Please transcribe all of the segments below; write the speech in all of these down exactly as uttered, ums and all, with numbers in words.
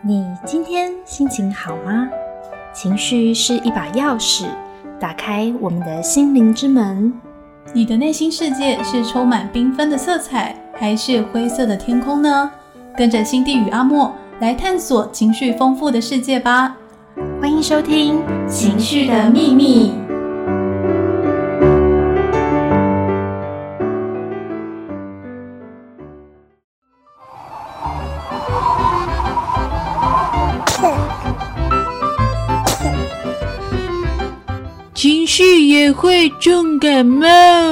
你今天心情好吗？情绪是一把钥匙，打开我们的心灵之门。 你的内心世界是充满缤纷的色彩，还是灰色的天空呢？跟着辛蒂与阿莫来探索情绪丰富的世界吧。 欢迎收听《情绪的秘密》。 情绪也会重感冒。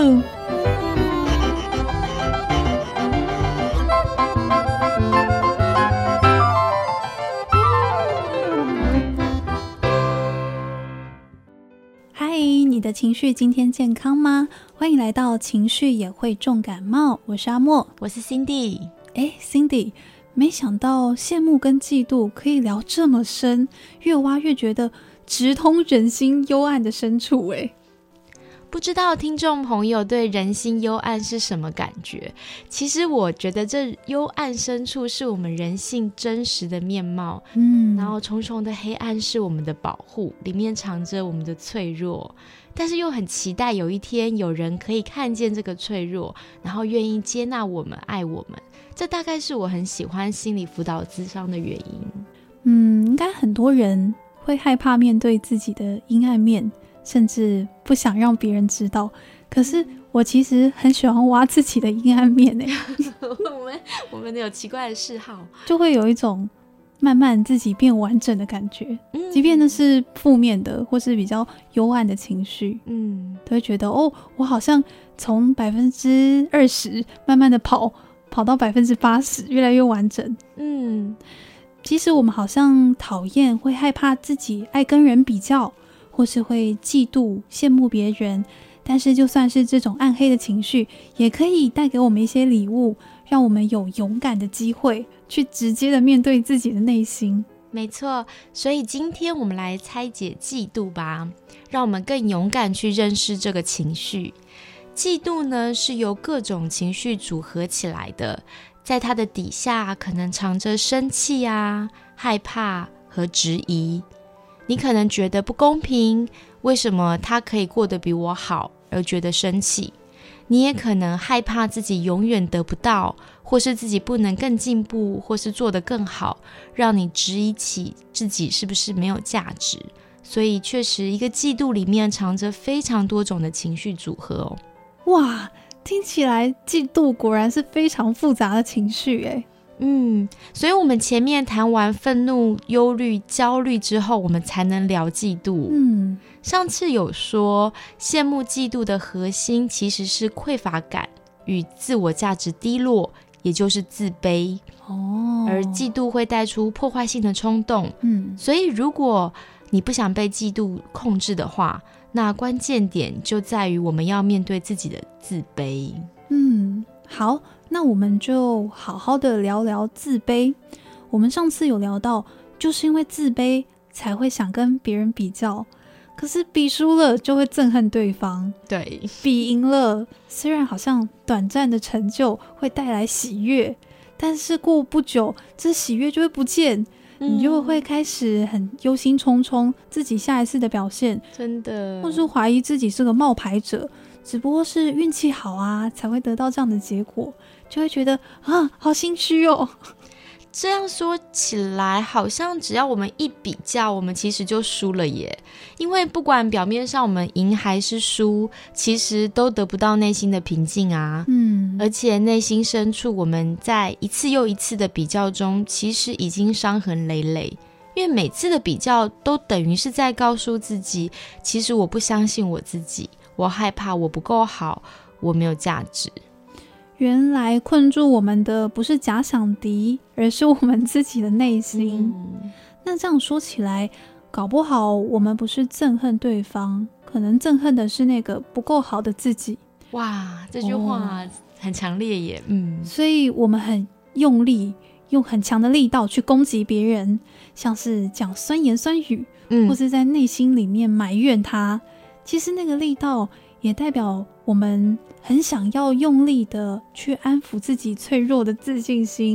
嗨，你的情绪今天健康吗？欢迎来到情绪也会重感冒，我是阿莫， 我是 Cindy。 诶 Cindy， 没想到羡慕跟嫉妒可以聊这么深，越挖越觉得直通人心幽暗的深处诶。 不知道听众朋友对人心幽暗是什么感觉？其实我觉得这幽暗深处是我们人性真实的面貌，嗯，然后重重的黑暗是我们的保护，里面藏着我们的脆弱，但是又很期待有一天有人可以看见这个脆弱，然后愿意接纳我们，爱我们。这大概是我很喜欢心理辅导咨商的原因。 嗯，应该很多人会害怕面对自己的阴暗面，甚至不想让别人知道。可是我其实很喜欢挖自己的阴暗面耶我们我们有奇怪的嗜好， 就会有一种慢慢自己变完整的感觉、嗯、即便那是负面的或是比较幽暗的情绪，嗯，都会觉得哦，我好像从百分之二十慢慢的跑跑到百分之八十，越来越完整。嗯，其实我们好像讨厌会害怕自己爱跟人比较，或是会嫉妒羡慕别人，但是就算是这种暗黑的情绪也可以带给我们一些礼物，让我们有勇敢的机会去直接的面对自己的内心。 没错，所以今天我们来拆解嫉妒吧，让我们更勇敢去认识这个情绪。嫉妒呢，是由各种情绪组合起来的，在它的底下可能藏着生气啊、害怕和质疑。你可能觉得不公平，为什么他可以过得比我好而觉得生气？你也可能害怕自己永远得不到，或是自己不能更进步，或是做得更好，让你质疑起自己是不是没有价值。所以确实一个嫉妒里面藏着非常多种的情绪组合哦。 哇，听起来嫉妒果然是非常复杂的情绪耶。 嗯，所以我们前面谈完愤怒、忧虑、焦虑之后，我们才能聊嫉妒。嗯，上次有说羡慕嫉妒的核心其实是匮乏感与自我价值低落，也就是自卑。哦，而嫉妒会带出破坏性的冲动。嗯，所以如果你不想被嫉妒控制的话，那关键点就在于我们要面对自己的自卑。 嗯，好，那我们就好好的聊聊自卑。我们上次有聊到，就是因为自卑才会想跟别人比较，可是比输了就会憎恨对方。 对， 比赢了虽然好像短暂的成就会带来喜悦，但是过不久这喜悦就会不见，你就会开始很忧心忡忡自己下一次的表现， 真的， 或是怀疑自己是个冒牌者，只不过是运气好啊才会得到这样的结果，就会觉得啊，好心虚哦。 这样说起来，好像只要我们一比较，我们其实就输了耶。因为不管表面上我们赢还是输，其实都得不到内心的平静啊。嗯，而且内心深处，我们在一次又一次的比较中，其实已经伤痕累累。因为每次的比较都等于是在告诉自己，其实我不相信我自己，我害怕我不够好，我没有价值。 原来困住我们的不是假想敌，而是我们自己的内心。嗯，那这样说起来，搞不好我们不是憎恨对方，可能憎恨的是那个不够好的自己。 哇，这句话很强烈耶。嗯， 所以我们很用力，用很强的力道去攻击别人，像是讲酸言酸语，嗯，或是在内心里面埋怨他。其实那个力道也代表我们很想要用力的去安抚自己脆弱的自信心。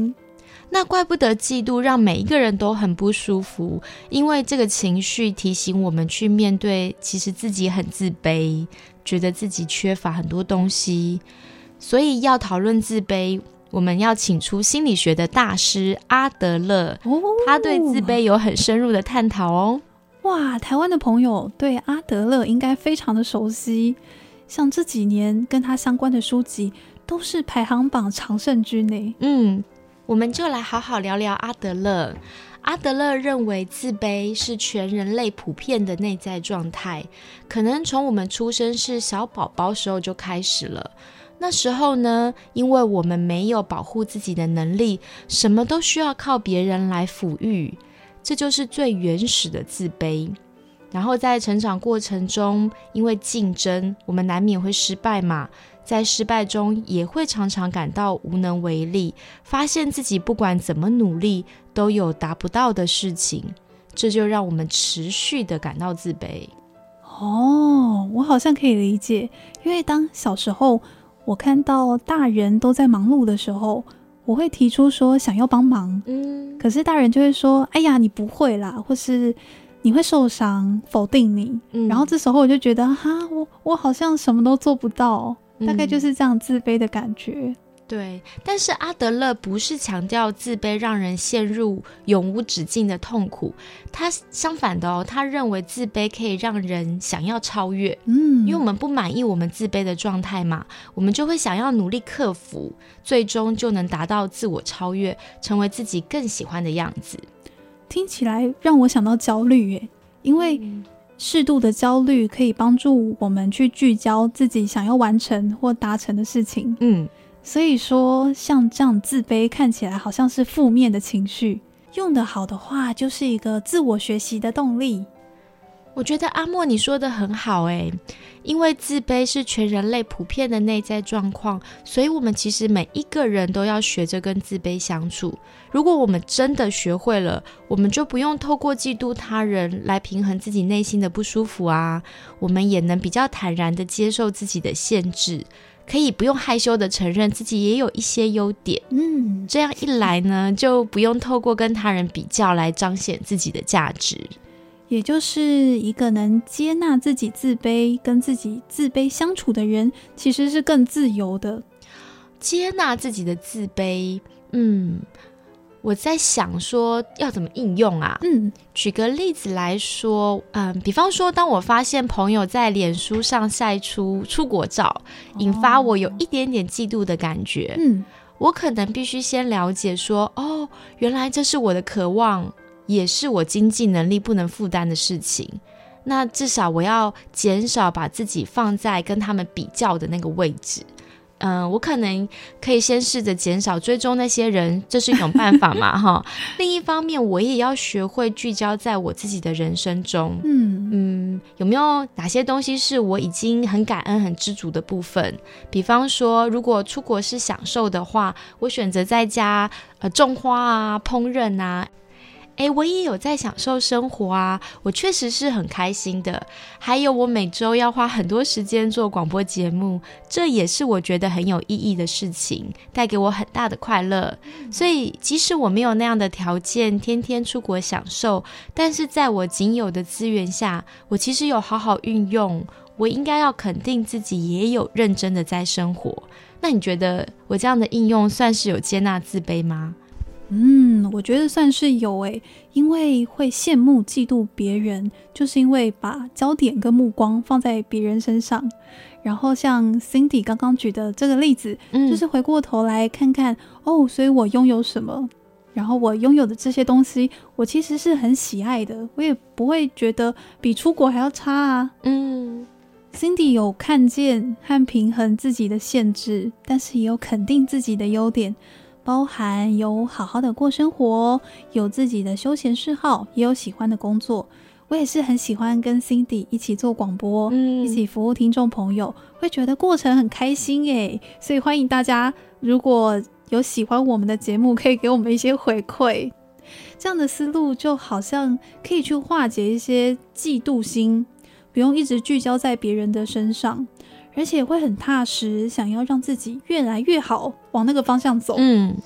那怪不得嫉妒让每一个人都很不舒服，因为这个情绪提醒我们去面对其实自己很自卑，觉得自己缺乏很多东西。所以要讨论自卑，我们要请出心理学的大师阿德勒、哦、他对自卑有很深入的探讨哦。 哇，台湾的朋友对阿德勒应该非常的熟悉，像这几年跟他相关的书籍都是排行榜常胜军呢。 嗯，我们就来好好聊聊阿德勒。阿德勒认为自卑是全人类普遍的内在状态，可能从我们出生是小宝宝时候就开始了。那时候呢，因为我们没有保护自己的能力，什么都需要靠别人来抚育，这就是最原始的自卑。然后在成长过程中，因为竞争，我们难免会失败嘛，在失败中也会常常感到无能为力，发现自己不管怎么努力都有达不到的事情，这就让我们持续的感到自卑。 哦，我好像可以理解，因为当小时候我看到大人都在忙碌的时候，我会提出说想要帮忙，嗯，可是大人就会说哎呀你不会啦，或是你会受伤，否定你、嗯、然后这时候我就觉得哈，我我好像什么都做不到、嗯、大概就是这样自卑的感觉。 对，但是阿德勒不是强调自卑让人陷入永无止境的痛苦，他相反的哦，他认为自卑可以让人想要超越，嗯，因为我们不满意我们自卑的状态嘛，我们就会想要努力克服，最终就能达到自我超越，成为自己更喜欢的样子。 听起来让我想到焦虑耶，因为适度的焦虑可以帮助我们去聚焦自己想要完成或达成的事情。嗯，所以说像这样自卑看起来好像是负面的情绪，用得好的话就是一个自我学习的动力。 我觉得阿莫你说的很好耶，因为自卑是全人类普遍的内在状况，所以我们其实每一个人都要学着跟自卑相处。如果我们真的学会了，我们就不用透过嫉妒他人来平衡自己内心的不舒服啊，我们也能比较坦然的接受自己的限制，可以不用害羞的承认自己也有一些优点。嗯，这样一来呢，就不用透过跟他人比较来彰显自己的价值。 也就是一个能接纳自己自卑跟自己自卑相处的人，其实是更自由的。 接纳自己的自卑，嗯，我在想说要怎么应用啊？嗯，举个例子来说，嗯，比方说当我发现朋友在脸书上晒出出国照，引发我有一点点嫉妒的感觉，嗯，我可能必须先了解说，哦，原来这是我的渴望，也是我经济能力不能负担的事情，那至少我要减少把自己放在跟他们比较的那个位置。嗯，我可能可以先试着减少追踪那些人，这是一种办法嘛哈。另一方面，我也要学会聚焦在我自己的人生中。嗯嗯，有没有哪些东西是我已经很感恩、很知足的部分？比方说，如果出国是享受的话，我选择在家呃种花啊、烹饪啊。诶，我也有在享受生活啊，我确实是很开心的。还有我每周要花很多时间做广播节目，这也是我觉得很有意义的事情，带给我很大的快乐。所以即使我没有那样的条件天天出国享受，但是在我仅有的资源下，我其实有好好运用，我应该要肯定自己也有认真的在生活。那你觉得我这样的应用算是有接纳自卑吗？ 嗯，我觉得算是有诶，因为会羡慕嫉妒别人，就是因为把焦点跟目光放在别人身上。然后像 Cindy 刚刚举的这个例子、嗯、就是回过头来看看哦，所以我拥有什么，然后我拥有的这些东西我其实是很喜爱的，我也不会觉得比出国还要差啊。嗯，Cindy 有看见和平衡自己的限制，但是也有肯定自己的优点，包含有好好的过生活，有自己的休闲嗜好，也有喜欢的工作。我也是很喜欢跟 Cindy 一起做广播、嗯、一起服务听众朋友，会觉得过程很开心耶。所以欢迎大家如果有喜欢我们的节目，可以给我们一些回馈。这样的思路就好像可以去化解一些嫉妒心，不用一直聚焦在别人的身上，而且会很踏实，想要让自己越来越好，往那个方向走。嗯，我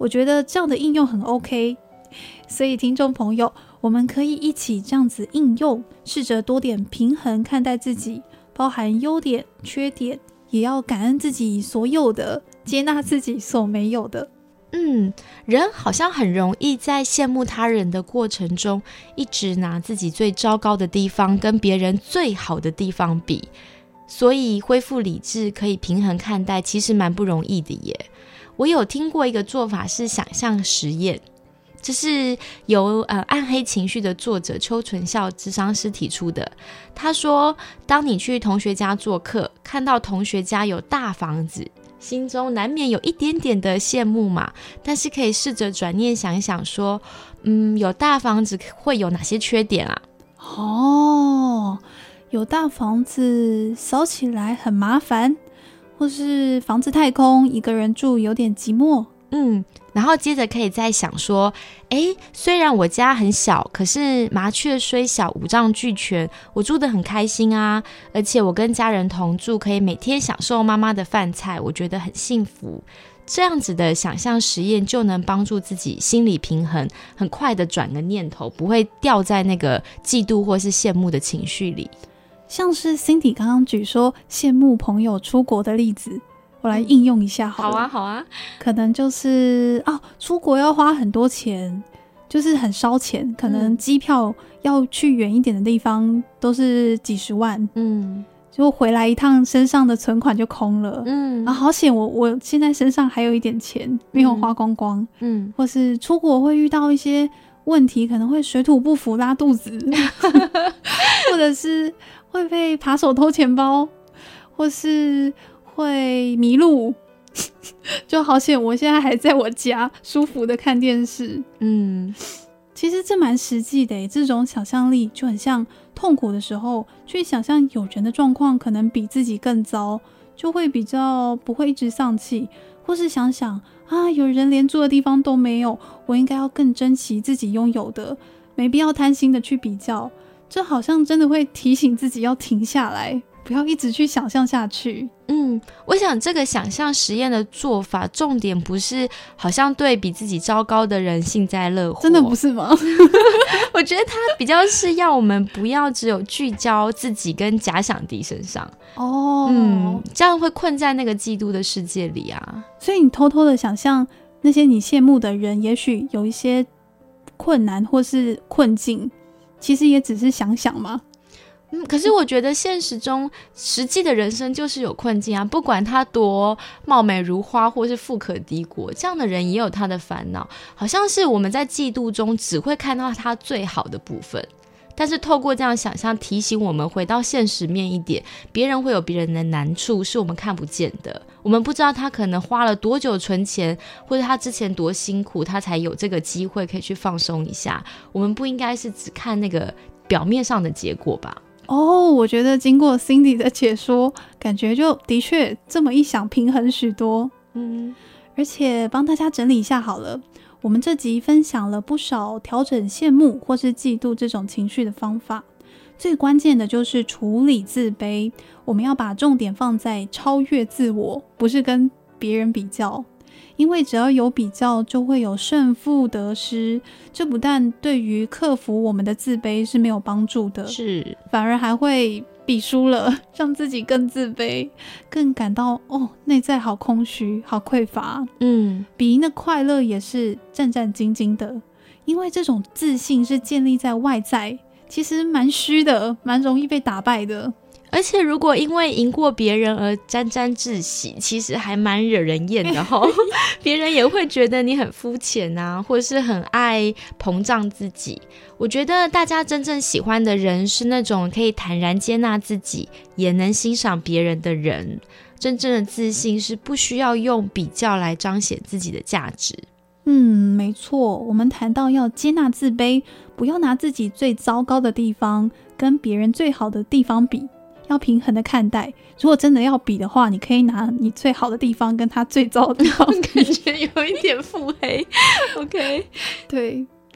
我觉得这样的应用很 OK。 所以听众朋友，我们可以一起这样子应用，试着多点平衡看待自己，包含优点缺点，也要感恩自己所有的，接纳自己所没有的。 嗯，人好像很容易在羡慕他人的过程中，一直拿自己最糟糕的地方跟别人最好的地方比，所以恢复理智，可以平衡看待，其实蛮不容易的耶。我有听过一个做法是想象实验，这是由呃暗黑情绪的作者邱纯孝諮商师提出的。他说，当你去同学家做客，看到同学家有大房子，心中难免有一点点的羡慕嘛，但是可以试着转念想一想说，嗯，有大房子会有哪些缺点啊？ 哦，有大房子扫起来很麻烦，或是房子太空，一个人住有点寂寞。 嗯，然后接着可以再想说，诶，虽然我家很小，可是麻雀虽小五脏俱全，我住得很开心啊，而且我跟家人同住，可以每天享受妈妈的饭菜，我觉得很幸福。这样子的想象实验就能帮助自己心理平衡，很快的转个念头，不会掉在那个嫉妒或是羡慕的情绪里。 像是 Cindy 刚刚举说羡慕朋友出国的例子，我来应用一下好了。 好啊好啊， 可能就是哦，出国要花很多钱，就是很烧钱，可能机票要去远一点的地方都是几十万，嗯，就回来一趟身上的存款就空了，嗯，然后好险我我现在身上还有一点钱没有花光光，嗯，或是出国会遇到一些问题，可能会水土不服拉肚子或者是会被扒手偷钱包，或是会迷路就好险我现在还在我家舒服的看电视。嗯，其实这蛮实际的耶，这种想象力就很像痛苦的时候去想象有人的状况可能比自己更糟，就会比较不会一直丧气，或是想想啊，有人连住的地方都没有，我应该要更珍惜自己拥有的，没必要贪心的去比较。这好像真的会提醒自己要停下来，不要一直去想象下去。 嗯，我想这个想象实验的做法，重点不是好像对比自己糟糕的人幸灾乐祸， 真的不是吗？ 我觉得它比较是要我们不要只有聚焦自己跟假想敌身上哦，嗯，这样会困在那个嫉妒的世界里啊。 所以你偷偷的想象那些你羡慕的人，也许有一些困难或是困境，其实也只是想想嘛。 嗯，可是我觉得现实中实际的人生就是有困境啊，不管他多貌美如花或是富可敌国，这样的人也有他的烦恼。好像是我们在嫉妒中只会看到他最好的部分，但是透过这样想象提醒我们回到现实面一点，别人会有别人的难处是我们看不见的，我们不知道他可能花了多久存钱，或者他之前多辛苦他才有这个机会可以去放松一下。我们不应该是只看那个表面上的结果吧。 哦，我觉得经过 Cindy 的解说，感觉就的确这么一想平衡许多。嗯，而且帮大家整理一下好了，我们这集分享了不少调整羡慕或是嫉妒这种情绪的方法，最关键的就是处理自卑。我们要把重点放在超越自我，不是跟别人比较，因为只要有比较就会有胜负得失，这不但对于克服我们的自卑是没有帮助的，是反而还会比输了，让自己更自卑，更感到哦内在好空虚好匮乏。嗯，比赢的快乐也是战战兢兢的，因为这种自信是建立在外在，其实蛮虚的，蛮容易被打败的。 而且如果因为赢过别人而沾沾自喜，其实还蛮惹人厌的齁别人也会觉得你很肤浅啊，或是很爱膨胀自己。我觉得大家真正喜欢的人是那种可以坦然接纳自己，也能欣赏别人的人。真正的自信是不需要用比较来彰显自己的价值。 嗯，没错，我们谈到要接纳自卑，不要拿自己最糟糕的地方跟别人最好的地方比，要平衡的看待。如果真的要比的话，你可以拿你最好的地方跟他最糟的地方感觉有一点腹黑OK， 对，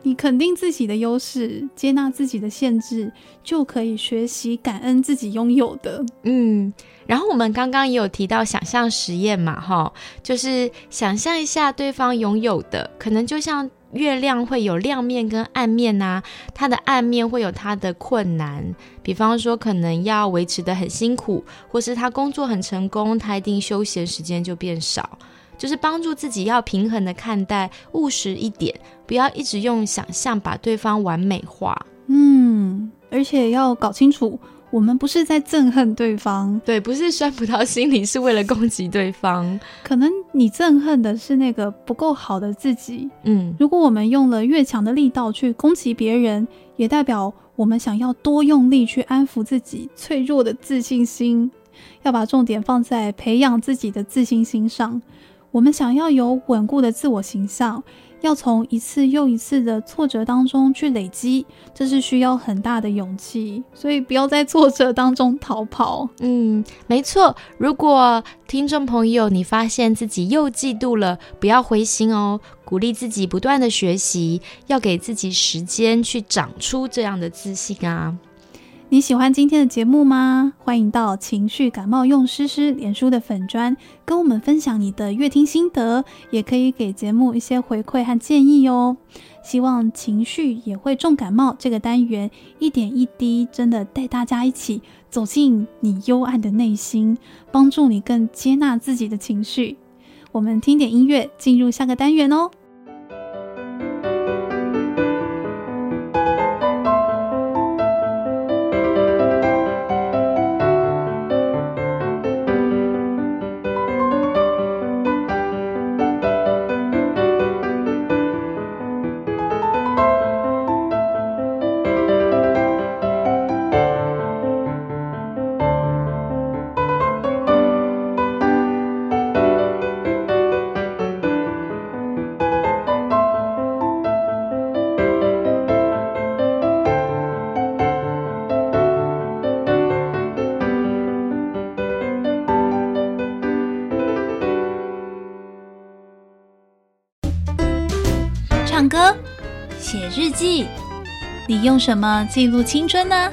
你肯定自己的优势，接纳自己的限制，就可以学习感恩自己拥有的。 嗯，然后我们刚刚也有提到想象实验嘛，齁，就是想象一下对方拥有的，可能就像月亮会有亮面跟暗面啊，它的暗面会有它的困难，比方说可能要维持得很辛苦，或是他工作很成功，他一定休闲时间就变少，就是帮助自己要平衡的看待，务实一点，不要一直用想象把对方完美化。 嗯，而且要搞清楚，我们不是在憎恨对方， 对，不是酸葡萄心理，是为了攻击对方。 可能你憎恨的是那个不够好的自己。 嗯， 如果我们用了越强的力道去攻击别人，也代表我们想要多用力去安抚自己脆弱的自信心，要把重点放在培养自己的自信心上。我们想要有稳固的自我形象，要从一次又一次的挫折当中去累积，这是需要很大的勇气，所以不要在挫折当中逃跑。 嗯，没错。如果听众朋友你发现自己又嫉妒了，不要灰心哦，鼓励自己不断的学习，要给自己时间去长出这样的自信啊。 你喜欢今天的节目吗？欢迎到情绪感冒用诗诗脸书的粉专跟我们分享你的阅听心得，也可以给节目一些回馈和建议哦。希望情绪也会重感冒这个单元一点一滴真的带大家一起走进你幽暗的内心，帮助你更接纳自己的情绪。我们听点音乐进入下个单元哦。 唱歌、写日记，你用什么记录青春呢？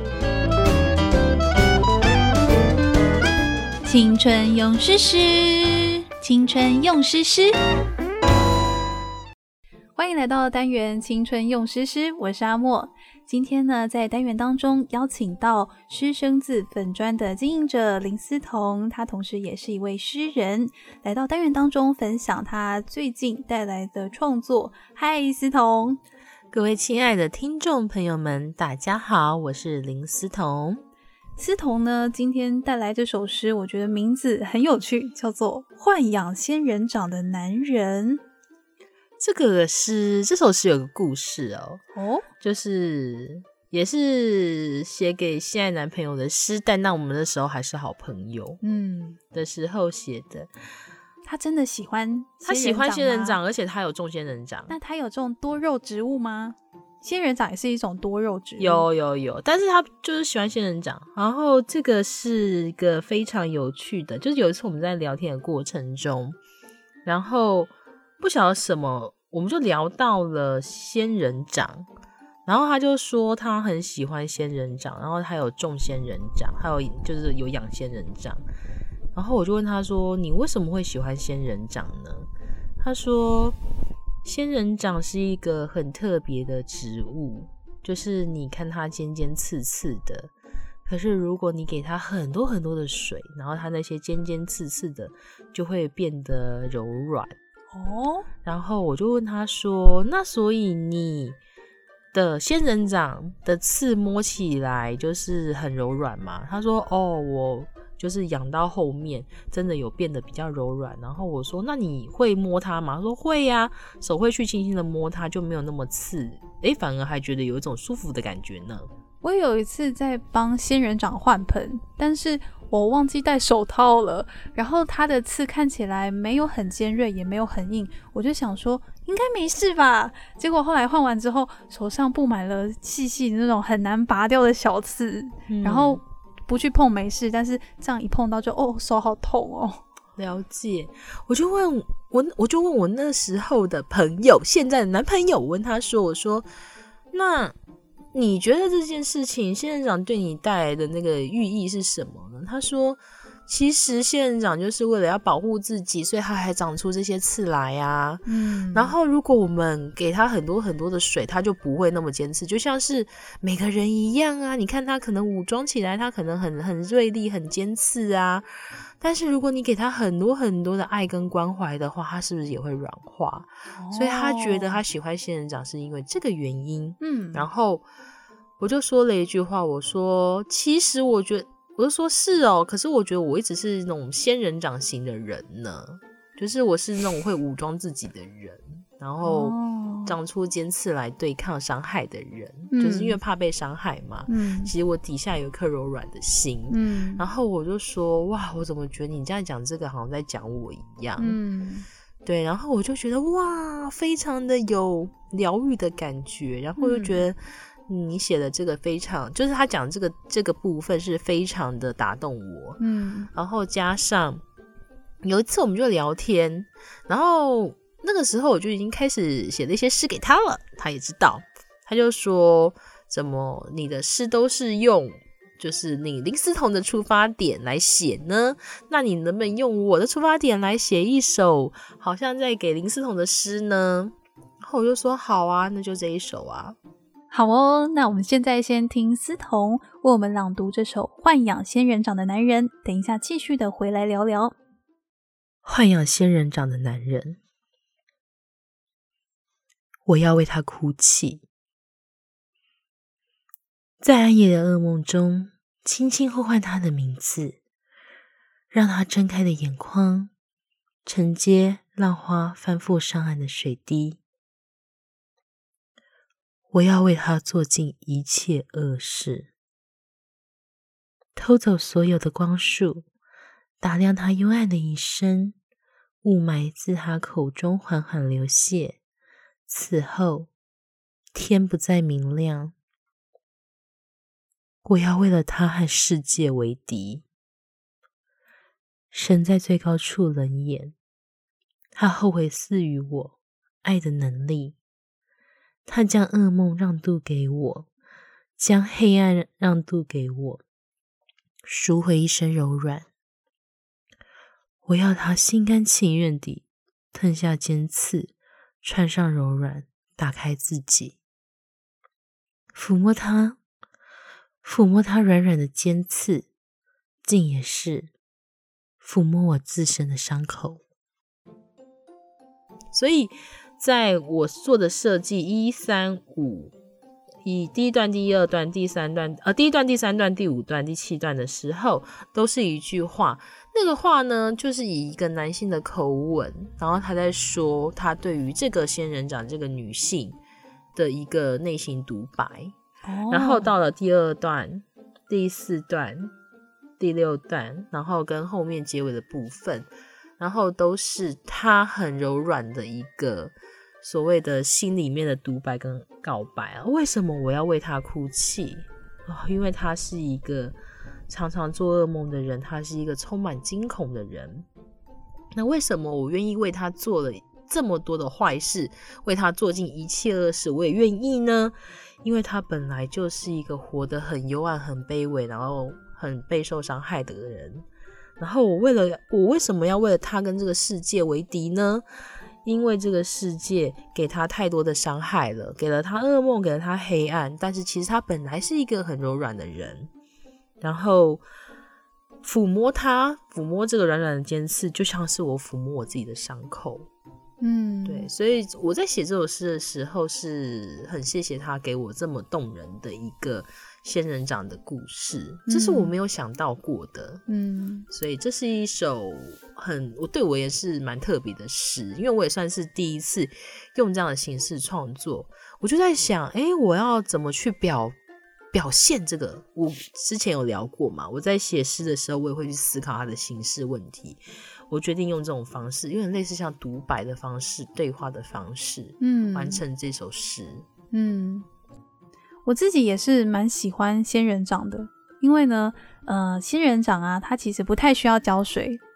青春用诗诗，青春用诗诗。 欢迎来到单元青春用诗诗，我是阿莫。今天呢，在单元当中邀请到诗生字粉专的经营者林思彤，他同时也是一位诗人，来到单元当中分享他最近带来的创作。嗨，思彤！ 各位亲爱的听众朋友们，大家好，我是林思彤。 思彤呢，今天带来这首诗，我觉得名字很有趣，叫做《豢养仙人掌的男人》。 这个诗，这首诗有个故事哦， 哦， 就是也是写给现在男朋友的诗，但那我们那时候还是好朋友，嗯的时候写的。 他真的喜欢仙人掌吗？ 他喜欢仙人掌，而且他有种仙人掌。 那他有这种多肉植物吗？仙人掌也是一种多肉植物。 有有有，但是他就是喜欢仙人掌。然后这个是一个非常有趣的，就是有一次我们在聊天的过程中，然后不晓得什么，我们就聊到了仙人掌，然后他就说他很喜欢仙人掌，然后他有种仙人掌，还有就是有养仙人掌。然后我就问他说，你为什么会喜欢仙人掌呢？他说仙人掌是一个很特别的植物，就是你看它尖尖刺刺的，可是如果你给它很多很多的水，然后它那些尖尖刺刺的就会变得柔软哦。然后我就问他说，那所以你的仙人掌的刺摸起来就是很柔软吗？他说哦，我就是养到后面真的有变得比较柔软。然后我说那你会摸它吗？他说会呀、啊，手会去轻轻的摸它，就没有那么刺，诶，反而还觉得有一种舒服的感觉呢。 我有一次在帮仙人掌换盆，但是我忘记戴手套了，然后它的刺看起来没有很尖锐，也没有很硬，我就想说应该没事吧。结果后来换完之后，手上布满了细细的那种很难拔掉的小刺、嗯、然后不去碰没事，但是这样一碰到就哦，手好痛哦。 了解。我就问我，我就问我那时候的朋友，现在的男朋友，我问他说：“我说，那你觉得这件事情仙人掌对你带来的那个寓意是什么呢？”他说：“其实仙人掌就是为了要保护自己，所以它还长出这些刺来啊。嗯，然后如果我们给它很多很多的水，它就不会那么尖刺，就像是每个人一样啊。你看它可能武装起来，它可能很很锐利、很尖刺啊。但是如果你给它很多很多的爱跟关怀的话，它是不是也会软化？哦，所以他觉得他喜欢仙人掌是因为这个原因。嗯，然后我就说了一句话，我说其实我觉得。我就说是哦，可是我觉得我一直是那种仙人掌型的人呢，就是我是那种会武装自己的人，然后长出尖刺来对抗伤害的人，嗯，就是因为怕被伤害嘛。嗯，其实我底下有一颗柔软的心。嗯，然后我就说哇，我怎么觉得你这样讲这个好像在讲我一样。嗯，对，然后我就觉得哇，非常的有疗愈的感觉，然后我就觉得。嗯你写的这个非常，就是他讲这个这个部分是非常的打动我，嗯，然后加上有一次我们就聊天，然后那个时候我就已经开始写了一些诗给他了，他也知道，他就说怎么你的诗都是用就是你林思彤的出发点来写呢？那你能不能用我的出发点来写一首好像在给林思彤的诗呢？然后我就说好啊，那就这一首啊。 好哦，那我们现在先听思彤为我们朗读这首豢养仙人掌的男人，等一下继续的回来聊聊。 豢养仙人掌的男人，我要为他哭泣，在暗夜的噩梦中轻轻呼唤他的名字，让他睁开的眼眶承接浪花翻覆上岸的水滴。我要为他做尽一切恶事，偷走所有的光束，打量他幽暗的一生，雾霾自他口中缓缓流泻。此后，天不再明亮。我要为了他和世界为敌。神在最高处冷眼，他后悔赐予我爱的能力。他将噩梦让渡给我，将黑暗让渡给我，赎回一身柔软。我要他心甘情愿地吞下尖刺，穿上柔软，打开自己，抚摸他，抚摸他软软的尖刺，竟也是抚摸我自身的伤口。所以在我做的设计一三五，以第一段、第二段、第三段，呃，第一段、第三段、第五段、第七段的时候，都是一句话。那个话呢，就是以一个男性的口吻，然后他在说他对于这个仙人掌这个女性的一个内心独白。哦、然后到了第二段、第四段、第六段，然后跟后面结尾的部分。然后都是他很柔软的一个所谓的心里面的独白跟告白啊。为什么我要为他哭泣？哦，因为他是一个常常做噩梦的人，他是一个充满惊恐的人。那为什么我愿意为他做了这么多的坏事，为他做尽一切恶事，我也愿意呢？因为他本来就是一个活得很幽暗、很卑微，然后很备受伤害的人。然后我为了我为什么要为了他跟这个世界为敌呢？因为这个世界给他太多的伤害了，给了他噩梦，给了他黑暗，但是其实他本来是一个很柔软的人。然后抚摸他，抚摸这个软软的尖刺，就像是我抚摸我自己的伤口。嗯，对，所以我在写这首诗的时候是很谢谢他给我这么动人的一个仙人掌的故事，这是我没有想到过的。嗯，所以这是一首很我对我也是蛮特别的诗，因为我也算是第一次用这样的形式创作。我就在想，哎，我要怎么去表表现这个？我之前有聊过嘛，我在写诗的时候，我也会去思考它的形式问题。我决定用这种方式，有点类似像独白的方式、对话的方式，嗯，完成这首诗。 嗯，我自己也是蛮喜欢仙人掌的，因为呢，呃，仙人掌啊，它其实不太需要浇水，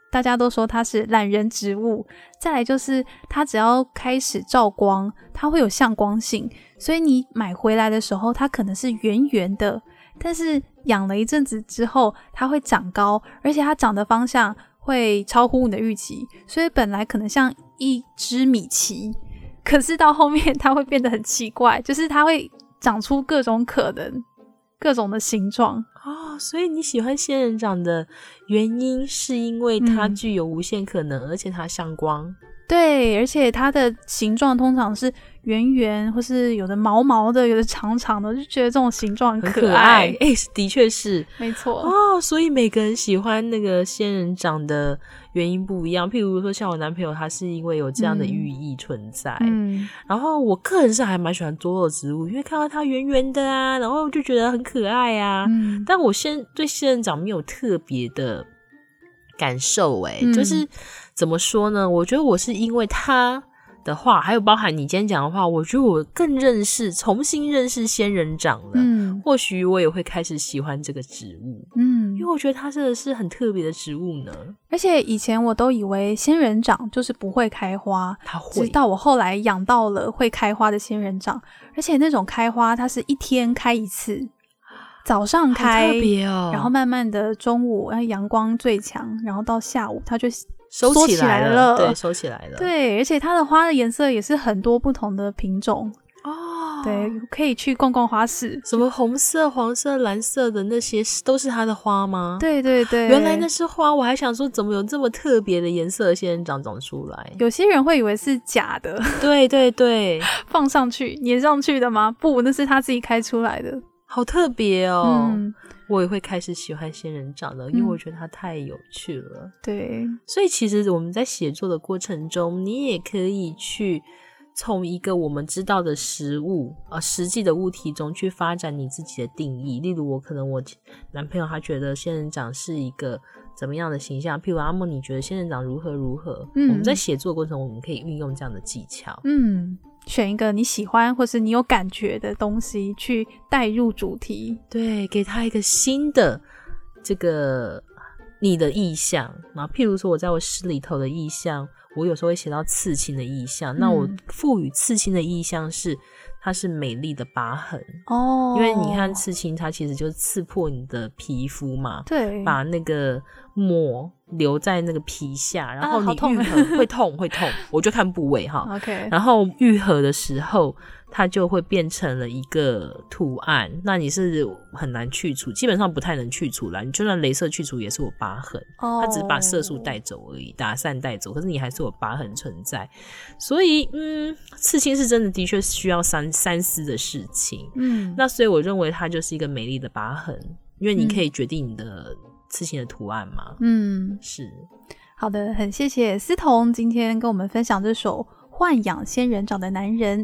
大家都说它是懒人植物。再来就是它只要开始照光，它会有向光性，所以你买回来的时候它可能是圆圆的，但是养了一阵子之后它会长高，而且它长的方向会超乎你的预期，所以本来可能像一只米奇，可是到后面它会变得很奇怪，就是它会长出各种可能各种的形状哦。所以你喜欢仙人掌的原因是因为它具有无限可能、嗯、而且它向光。 对，而且它的形状通常是圆圆，或是有的毛毛的，有的长长的，就觉得这种形状很可爱。 哎、欸，的确是， 没错哦。所以每个人喜欢那个仙人掌的原因不一样。譬如说，像我男朋友，他是因为有这样的寓意存在。嗯，然后我个人是还蛮喜欢多肉植物，因为看到它圆圆的啊，然后就觉得很可爱啊。嗯，但我先对仙人掌没有特别的感受、欸，哎、嗯，就是怎么说呢？我觉得我是因为它的话，还有包含你今天讲的话，我觉得我更认识、重新认识仙人掌了。嗯，或许我也会开始喜欢这个植物。嗯，因为我觉得它真的是很特别的植物呢。 而且以前我都以为仙人掌就是不会开花， 它会， 直到我后来养到了会开花的仙人掌，而且那种开花它是一天开一次。早上开， 好特别哦， 然后慢慢的中午阳光最强，然后到下午它就收起来了，对，收起来了， 对，而且它的花的颜色也是很多不同的品种哦，对，可以去逛逛花市， 什么红色、黄色、蓝色的那些都是它的花吗？ 对对对， 原来那是花，我还想说怎么有这么特别的颜色的仙人掌长出来？ 有些人会以为是假的， 对对对， 放上去粘上去的吗？不，那是他自己开出来的。 好特别哦、嗯，我也会开始喜欢仙人掌了，因为我觉得它太有趣了、嗯、 对， 所以其实我们在写作的过程中，你也可以去从一个我们知道的实物呃实际的物体中去发展你自己的定义。例如我可能我男朋友他觉得仙人掌是一个怎么样的形象，譬如阿莫你觉得仙人掌如何如何、嗯、我们在写作的过程中我们可以运用这样的技巧， 嗯，选一个你喜欢或是你有感觉的东西去带入主题， 对，给他一个新的这个你的意象。然后譬如说我在我诗里头的意象，我有时候会写到刺青的意象、嗯、那我赋予刺青的意象是它是美丽的疤痕哦，因为你看刺青它其实就是刺破你的皮肤嘛， 对， 把那个膜留在那个皮下，然后你愈合、啊、会痛会痛，我就看部位哈 ，OK， 然后愈合的时候它就会变成了一个图案，那你是很难去除，基本上不太能去除啦，你就算雷射去除也是有疤痕、oh. 它只是把色素带走而已，打散带走，可是你还是有疤痕存在。所以嗯，刺青是真的的确需要三三思的事情，嗯，那所以我认为它就是一个美丽的疤痕，因为你可以决定你的刺青的图案嘛，嗯，是。 好的，很谢谢思彤今天跟我们分享这首豢养仙人掌的男人。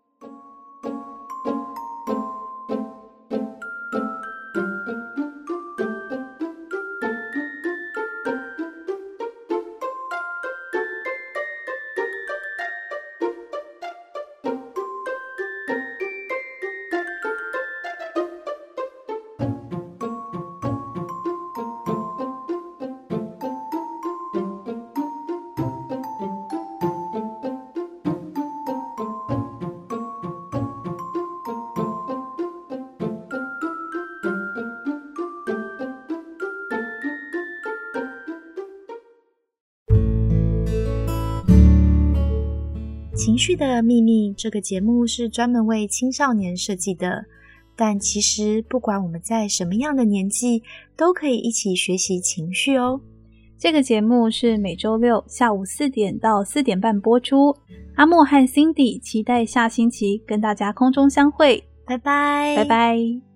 情绪的秘密这个节目是专门为青少年设计的，但其实不管我们在什么样的年纪，都可以一起学习情绪哦。 这个节目是每周六下午四点到四点半播出。阿莫和 Cindy 期待下星期跟大家空中相会， 拜拜， 拜拜。